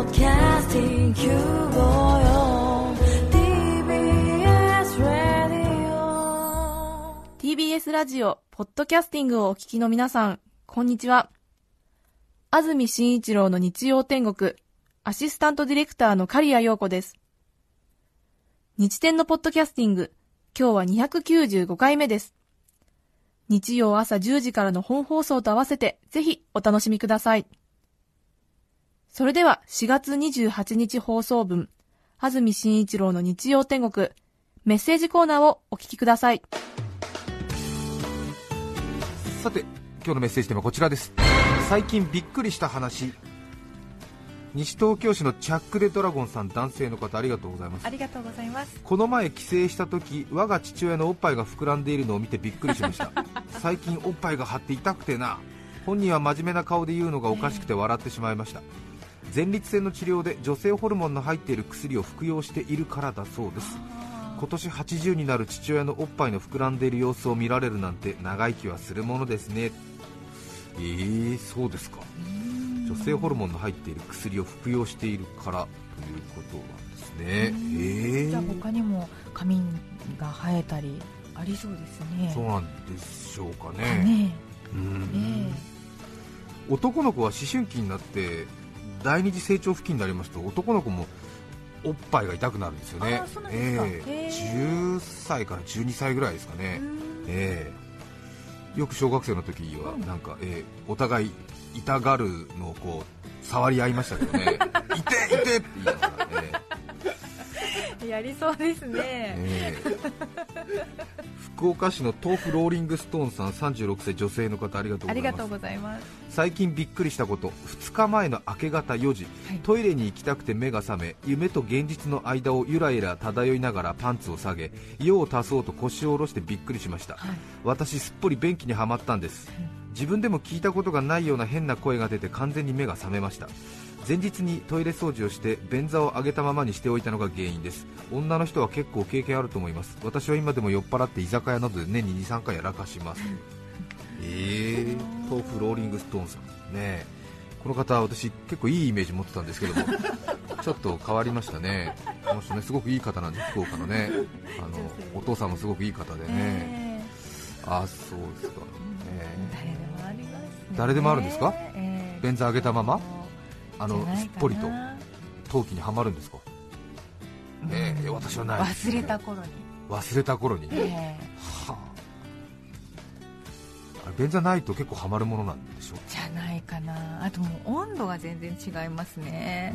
Podcasting 954TBS ラジオポッドキャスティングをお聞きの皆さん、こんにちは。安住紳一郎の日曜天国、アシスタントディレクターの刈谷陽子です。日天のポッドキャスティング、今日は295回目です。日曜朝10時からの本放送と合わせてぜひお楽しみください。それでは4月28日放送分、安住紳一郎の日曜天国、メッセージコーナーをお聞きください。 さて、今日のメッセージテーマはこちらです。最近びっくりした話。西東京市のチャックデドラゴンさん、男性の方、ありがとうございます。 ありがとうございます。 この前帰省した時、我が父親のおっぱいが膨らんでいるのを見てびっくりしました最近おっぱいが張って痛くてな。本人は真面目な顔で言うのがおかしくて笑ってしまいました。前立腺の治療で女性ホルモンの入っている薬を服用しているからだそうです。今年80になる父親のおっぱいの膨らんでいる様子を見られるなんて長生きはするものですね。そうですか。女性ホルモンの入っている薬を服用しているからということなんですね。 じゃあ他にも髪が生えたりありそうですね。 そうなんでしょうかね。男の子は思春期になって第二次成長期になりますと、男の子もおっぱいが痛くなるんですよね。10歳から12歳ぐらいですかね。よく小学生の時はなんか、お互い痛がるのをこう触り合いましたけどね痛いって言いながら、 やりそうですね。 福岡市の豆腐ローリングストーンさん、36歳女性の方、ありがとうございます。 ありがとうございます。 最近びっくりしたこと。2日前の明け方4時、トイレに行きたくて目が覚め、夢と現実の間をゆらゆら漂いながらパンツを下げ、用を足そうと腰を下ろしてびっくりしました。私すっぽり便器にはまったんです。自分でも聞いたことがないような変な声が出て完全に目が覚めました。前日にトイレ掃除をして便座を上げたままにしておいたのが原因です。女の人は結構経験あると思います。私は今でも酔っ払って居酒屋などで年に 2,3 回やらかします。豆腐ローリングストーンさんね。この方は私結構いいイメージ持ってたんですけどもちょっと変わりましたね。この人ね、すごくいい方なんで、福岡のね、お父さんもすごくいい方でね。そうですか。誰でもあるんですか。便座上げたまますっぽりと陶器にはまるんですか。私はないです、ね、忘れた頃に、便座ないと結構はまるものなんでしょう。 じゃないかな。あともう温度が全然違いますね。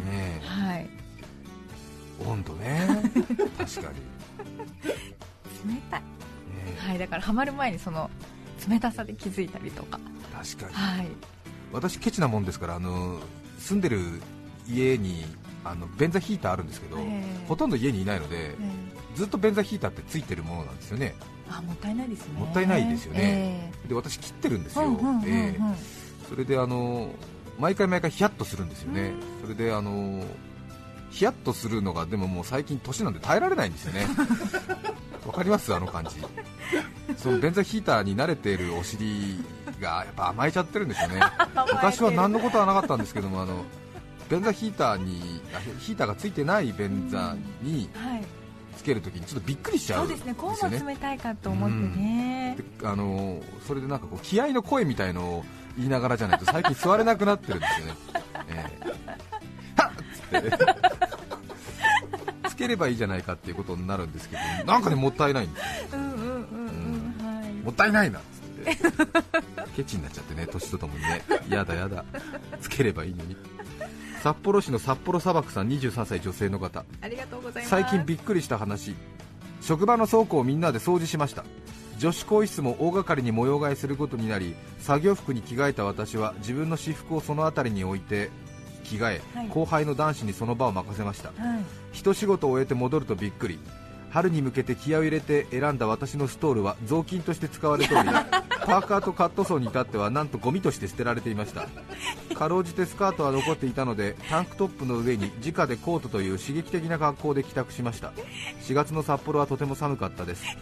温度ね確かに冷たい、だからはまる前にその冷たさで気づいたりとか。 確かに、私ケチなもんですから、住んでる家に便座ヒーターあるんですけど、ほとんど家にいないので、ずっと便座ヒーターってついてるものなんですよね。 もったいないですね。 もったいないですよね。で、私切ってるんですよ。それで毎回ヒヤッとするんですよね。それでヒヤッとするのがでももう最近年なんで耐えられないんですよねわかります、あの感じ。その便座ヒーターに慣れているお尻がやっぱ甘えちゃってるんですよね昔は何のことはなかったんですけども、便座ヒーターがついてない便座につけるときにちょっとびっくりしちゃうんですよね。 こうも冷たいかと思ってね。 それでなんかこう気合の声みたいのを言いながらじゃないと最近座れなくなってるんですよねはっつってつければいいじゃないかっていうことになるんですけど、なんかね、もったいないんですよ。もったいないなっつってケチになっちゃってね、年とともにね。やだつければいいのに。札幌市の札幌砂漠さん、23歳女性の方、 ありがとうございます。 最近びっくりした話。職場の倉庫をみんなで掃除しました。女子更衣室も大掛かりに模様替えすることになり、作業服に着替えた私は自分の私服をその辺りに置いて着替え、後輩の男子にその場を任せました。一仕事を終えて戻るとびっくり。春に向けて気合を入れて選んだ私のストールは雑巾として使われており、パーカーとカットソーに至ってはなんとゴミとして捨てられていました。かろうじてスカートは残っていたので、タンクトップの上に直でコートという刺激的な格好で帰宅しました。4月の札幌はとても寒かったです。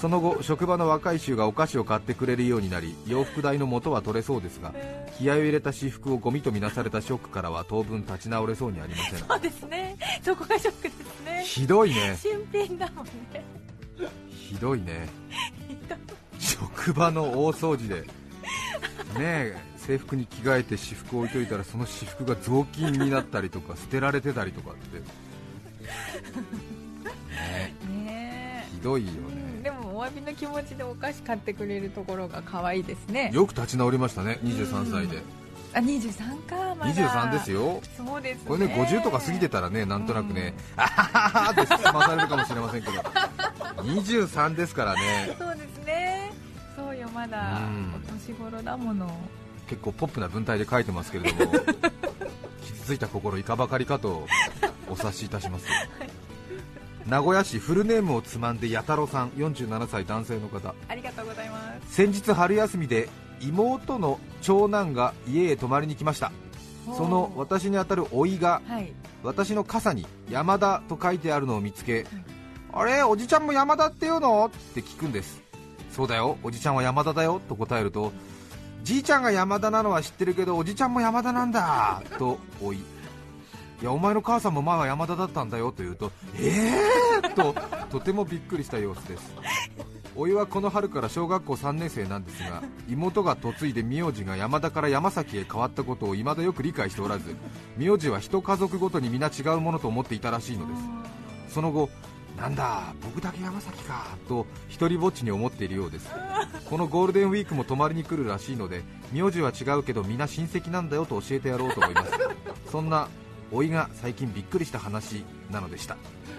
その後職場の若い衆がお菓子を買ってくれるようになり、洋服代の元は取れそうですが、気合を入れた私服をゴミとみなされたショックからは当分立ち直れそうにありません。 そうですね、そこがショックですね。 ひどいね、 新品だもんね。 ひどいね。職場の大掃除でねえ、制服に着替えて私服を置いといたら、その私服が雑巾になったりとか捨てられてたりとかってね、ひどいよね。 でもお詫びの気持ちでお菓子買ってくれるところが可愛いですね。 よく立ち直りましたね、23歳で。 あ、23か、まだ 23ですよ。 そうですね。 これね、50とか過ぎてたらね、なんとなくね、あはははって済まされるかもしれませんけど23ですからね。 そうですね、そうよ、まだお年頃だもの。 結構ポップな文体で書いてますけれども傷ついた心いかばかりかとお察しいたします、はい、名古屋市フルネームをつまんでやたろさん、47歳男性の方。 ありがとうございます。 先日春休みで妹の長男が家へ泊まりに来ました。その私にあたる甥いが、はい、私の傘に山田と書いてあるのを見つけ、あれ、おじちゃんも山田って言うのって聞くんです。そうだよ、おじちゃんは山田だよと答えると、じいちゃんが山田なのは知ってるけどおじちゃんも山田なんだと甥い、いやお前の母さんも前は山田だったんだよと言うと、ととてもびっくりした様子です。甥いはこの春から小学校3年生なんですが、妹が嫁いで名字が山田から山崎へ変わったことを未だよく理解しておらず、名字は一家族ごとに皆違うものと思っていたらしいのです。その後、なんだ僕だけ山崎かと一人ぼっちに思っているようです。このゴールデンウィークも泊まりに来るらしいので、名字は違うけど皆親戚なんだよと教えてやろうと思います。そんな甥いが最近びっくりした話なのでした。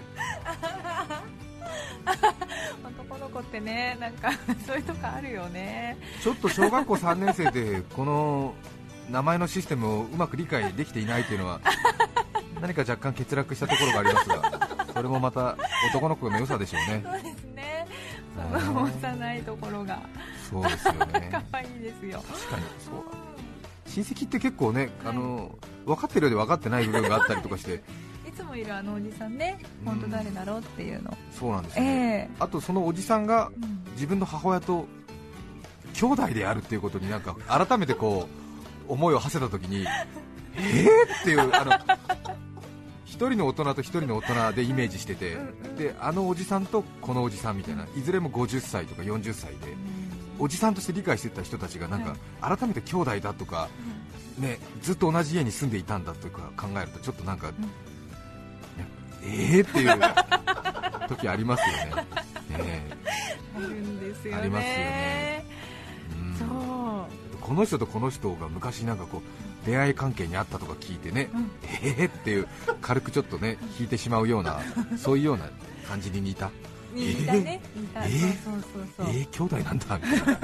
男の子ってね、なんかそういうとこあるよね。 ちょっと小学校3年生でこの名前のシステムをうまく理解できていないというのは何か若干欠落したところがありますが、それもまた男の子の良さでしょうね。 そうですね、その幼いところがそうですよね。 可愛いですよ。 確かにそう。親戚って結構ね、分かってるようで分かってない部分があったりとかしていつもいるあのおじさんね、本当誰だろうっていうの。 そうなんですよね、あとそのおじさんが自分の母親と兄弟であるっていうことになんか改めてこう思いを馳せたときにっていう、一人の大人と一人の大人でイメージしてて、であのおじさんとこのおじさんみたいな、いずれも50歳とか40歳でおじさんとして理解してた人たちがなんか改めて兄弟だとか、ね、ずっと同じ家に住んでいたんだとか考えるとちょっとなんか、っていう時ありますよね。 あるんですよね。 ありますよね。 そう、 この人とこの人が昔なんかこう恋愛関係にあったとか聞いてね、っていう軽くちょっとね引いてしまうようなそういうような感じに似た。 似たね、似た。そう兄弟なんだみたいな。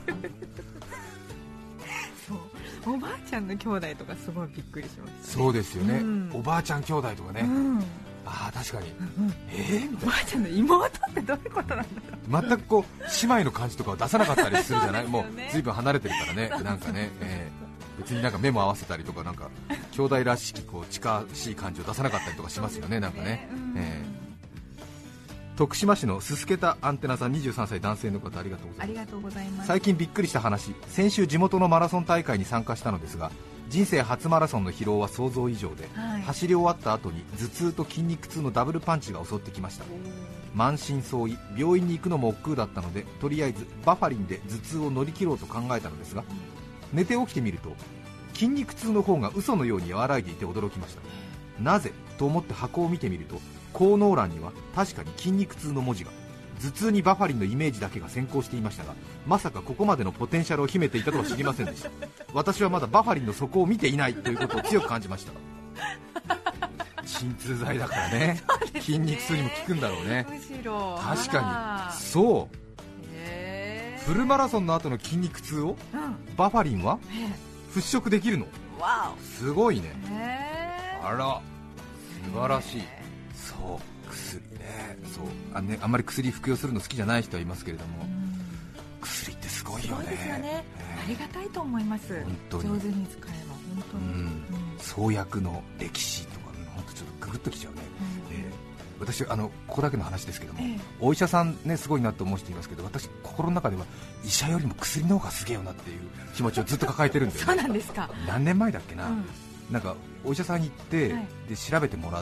そう、おばあちゃんの兄弟とかすごいびっくりします、ね。 そうですよね、おばあちゃん兄弟とかね、ああ確かに、みたいな。 おばあちゃんの妹ってどういうことなんだろう。 全くこう姉妹の感じとかを出さなかったりするじゃない、もう随分離れてるからね、なんかね、別になんか目も合わせたりとか、なんか兄弟らしきこう近しい感じを出さなかったりとかしますよね、なんかね。徳島市のすすけたアンテナさん、23歳男性の方、ありがとうございます。最近びっくりした話、先週地元のマラソン大会に参加したのですが、人生初マラソンの疲労は想像以上で、走り終わった後に頭痛と筋肉痛のダブルパンチが襲ってきました。満身創痍、病院に行くのも億劫だったので、とりあえずバファリンで頭痛を乗り切ろうと考えたのですが、寝て起きてみると筋肉痛の方が嘘のように和らいでいて驚きました。なぜと思って箱を見てみると、効能欄には確かに筋肉痛の文字が、頭痛にバファリンのイメージだけが先行していましたが、まさかここまでのポテンシャルを秘めていたとは知りませんでした。私はまだバファリンの底を見ていないということを強く感じました。鎮痛剤だからね、筋肉痛にも効くんだろうね。 むしろ確かにそう、フルマラソンの後の筋肉痛を、バファリンは払拭できるの。すごいね。あら素晴らしい。そう薬ね、そうあんまり薬服用するの好きじゃない人はいますけれども、薬ってすごいよね。 すごいですよね、ありがたいと思います。本当に上手に使えば本当に、 創薬の歴史とか本当ちょっとググッときちゃうね。 私ここだけの話ですけども、お医者さんねすごいなと思う人いますけど、私心の中では医者よりも薬の方がすげえよなっていう気持ちをずっと抱えてるんで、ね、 そうなんですか。 何年前だっけな、なんかお医者さんに行って、で調べてもらって、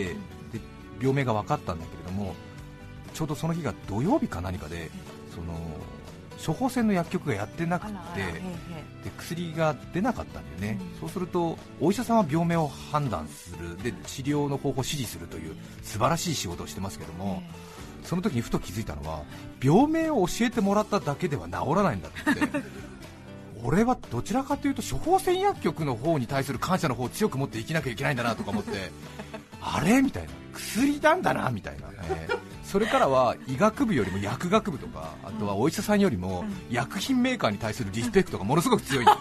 で病名が分かったんだけれども、ちょうどその日が土曜日か何かで、その処方箋の薬局がやってなくて、で薬が出なかったんでね、そうするとお医者さんは病名を判断する、で治療の方法を指示するという素晴らしい仕事をしてますけども、その時にふと気づいたのは、病名を教えてもらっただけでは治らないんだって俺はどちらかというと処方箋薬局の方に対する感謝の方を強く持って生きなきゃいけないんだなとか思ってあれみたいな、薬なんだなみたいな、それからは医学部よりも薬学部とか、あとはお医者さんよりも薬品メーカーに対するリスペクトがものすごく強いん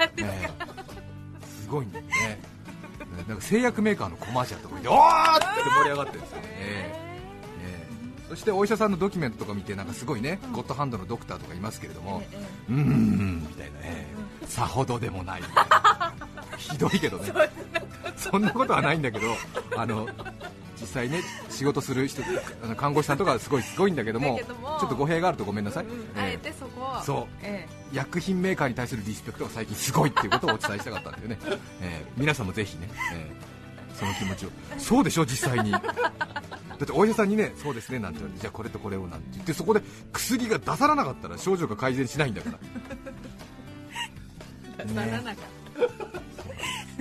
ですごいんだよね。なんか製薬メーカーのコマーシャルとか見て、おーって盛り上がってるんですよね。そしてお医者さんのドキュメントとか見て、なんかすごいね、ゴッドハンドのドクターとかいますけれども、みたいなね、さほどでもないひどいけどね、そんなことはないんだけど、実際ね仕事する人、看護師さんとかすごいんだけども、ちょっと語弊があるとごめんなさい。 あえてそこはそう、薬品メーカーに対するリスペクトが最近すごいっていうことをお伝えしたかったんだよね。皆さんもぜひね、その気持ちを、そうでしょ実際にだってお医者さんにね、そうですねなんて言われて、じゃあこれとこれをなんて言って、そこで薬が出さらなかったら症状が改善しないんだから出さらなかった、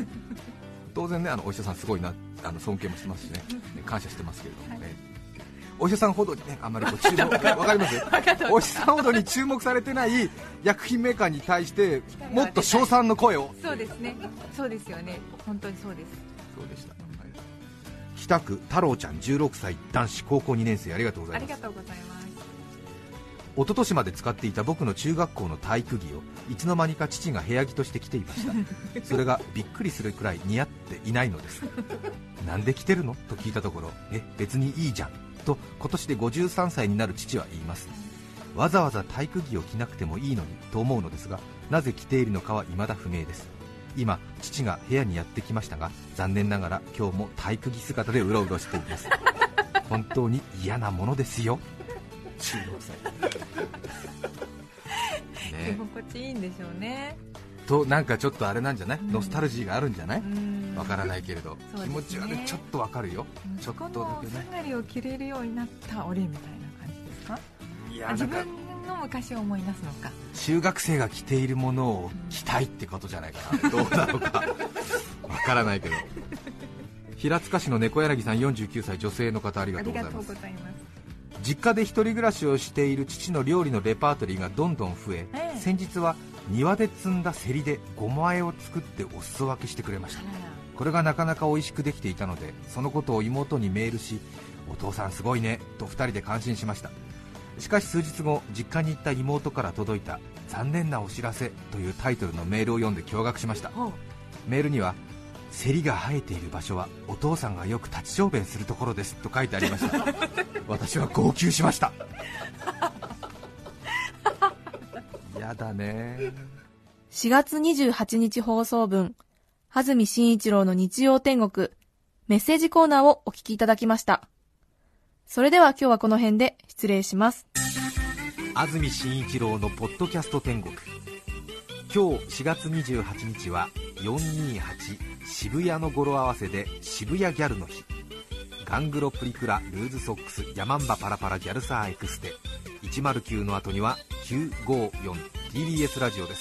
当然ね、お医者さんすごいな、尊敬もしてますしね、感謝してますけれどもね、お医者さんほどにね、あんまりこう注目わかりますお医者さんほどに注目されてない薬品メーカーに対してもっと称賛の声を。 そうですね、そうですよね、本当にそうです。 そうでした、北区太郎ちゃん16歳男子高校2年生、ありがとうございます。 ありがとうございます。 一昨年まで使っていた僕の中学校の体育着をいつの間にか父が部屋着として着ていましたそれがびっくりするくらい似合っていないのですなんで着てるのと聞いたところ、別にいいじゃんと今年で53歳になる父は言います。わざわざ体育着を着なくてもいいのにと思うのですが、なぜ着ているのかは未だ不明です。今父が部屋にやってきましたが、残念ながら今日も体育着姿でうろうろしています本当に嫌なものですよ、16歳居心地いいんでしょうねと、なんかちょっとあれなんじゃない、ノスタルジーがあるんじゃない、わからないけれど、気持ちはねちょっとわかるよ。ちょっとだけね、 この下がりを着れるようになった俺みたいな感じですか。 いや、 自分の昔を思い出すのか、 中学生が着ているものを着たいってことじゃないかな、どうだろうかわからないけど平塚市の猫柳さん49歳女性の方、ありがとうございます。実家で一人暮らしをしている父の料理のレパートリーがどんどん増え、先日は庭で摘んだセリでごま和えを作ってお裾分けしてくれました。これがなかなか美味しくできていたので、そのことを妹にメールし、お父さんすごいねと2人で感心しました。しかし数日後、実家に行った妹から届いた残念なお知らせというタイトルのメールを読んで驚愕しました。メールには、セリが生えている場所はお父さんがよく立ち小便するところですと書いてありました私は号泣しましたやだね。 4月28日放送分、安住紳一郎の日曜天国、メッセージコーナーをお聞きいただきました。それでは今日はこの辺で失礼します。 安住紳一郎のポッドキャスト天国、今日4月28日は428渋谷の語呂合わせで渋谷ギャルの日。ガングロプリクラルーズソックスヤマンバパラパラギャルサーエクステ、109の後には 954TBS ラジオです。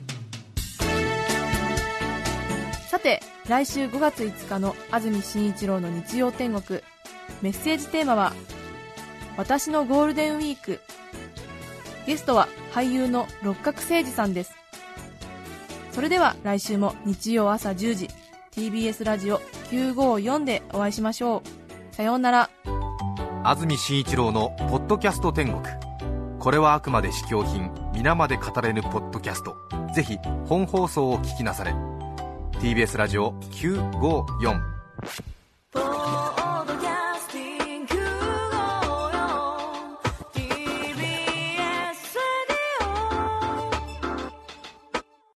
さて、来週5月5日の安住紳一郎の日曜天国、メッセージテーマは私のゴールデンウィーク。ゲストは俳優の六角誠児さんです。それでは来週も日曜朝10時 TBS ラジオ954でお会いしましょう。さようなら。 安住紳一郎のポッドキャスト天国、これはあくまで試供品、皆まで語れぬポッドキャスト。ぜひ本放送を聞きなされ。 TBS ラジオ954